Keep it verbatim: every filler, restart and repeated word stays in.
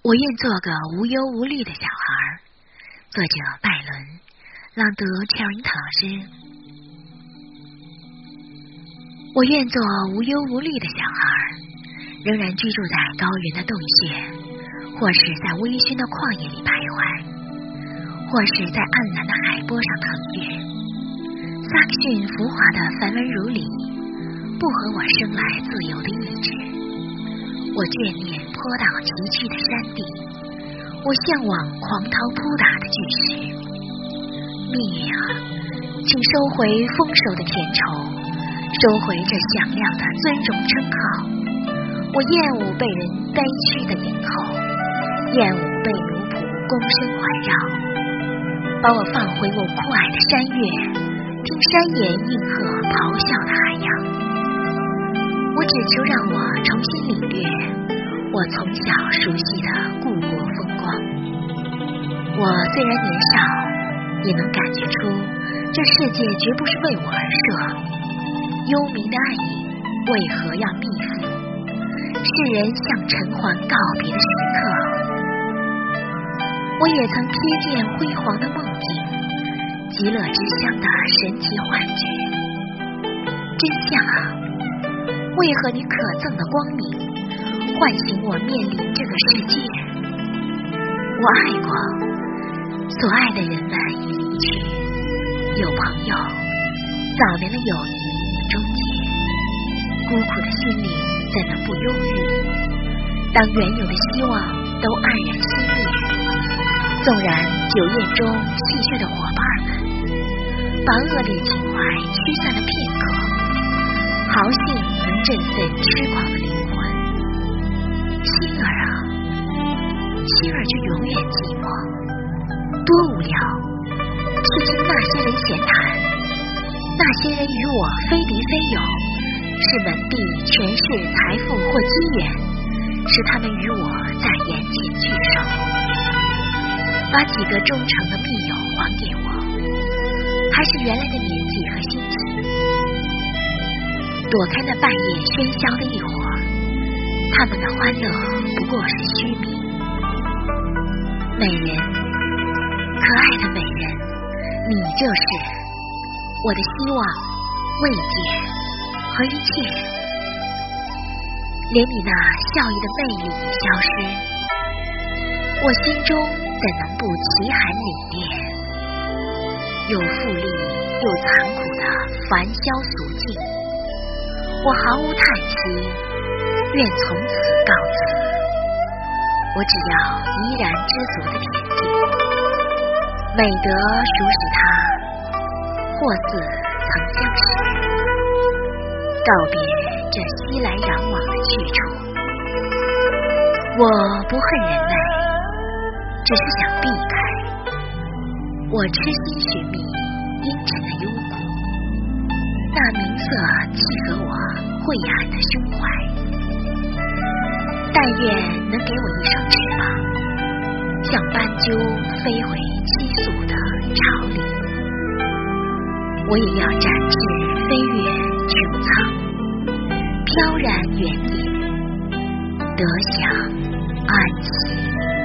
我愿做个无忧无虑的小孩。作者拜伦，朗读 Cherry 老师。我愿做无忧无虑的小孩，仍然居住在高原的洞穴，或是在微醺的旷野里徘徊，或是在暗蓝的海波上腾跃。萨克逊浮华的繁文缛理，不合我生来自由的意志。我眷恋坡道崎岖的山地，我向往狂涛扑打的巨石。命运啊，请收回丰收的田畴，收回这响亮的尊荣称号。我厌恶被人呆屈的迎候，厌恶被奴仆躬身环绕。把我放回我酷爱的山岳，听山岩应和咆哮的海洋。我只求让我重新领略我从小熟悉的故国风光。我虽然年少，也能感觉出这世界绝不是为我而设。幽冥的暗影为何要密附？世人向尘寰告别的时刻。我也曾瞥见辉煌的梦境，极乐之乡的神奇幻觉。真相啊，为何你可憎的光明唤醒我面临这个世界？我爱过，所爱的人们已离去，有朋友，早年的友谊已终结，孤苦的心灵怎能不忧郁？当原有的希望都黯然熄灭，纵然酒宴中戏谑的伙伴们把恶劣情怀驱散了片刻，豪兴能振奋痴狂的灵魂。心儿啊，心儿就永远寂寞，多无聊！去听那些人闲谈，那些人与我非敌非友，是门第、权势、财富或机缘，使他们与我在眼前聚首。把几个忠诚的密友还给我，还是原来的年纪和心情。躲开那半夜喧嚣的一伙，他们的欢乐不过是虚名。美人，可爱的美人，你就是我的希望、慰藉和一切。连你那笑意的魅力消失，我心中怎能不奇寒凛冽？又富丽又残酷的凡嚣俗境，我毫无叹息，愿从此告辞。我只要怡然知足的恬静，美德熟识他，或似曾相识。告别这熙来攘往的去处，我不恨人类，只是想避开。我痴心寻觅阴沉的幽谷，那明色契合我晦暗的胸怀。但愿能给我一双翅膀，像斑鸠飞回栖宿的巢里。我也要展翅飞越穹苍，飘然原野，得享安息。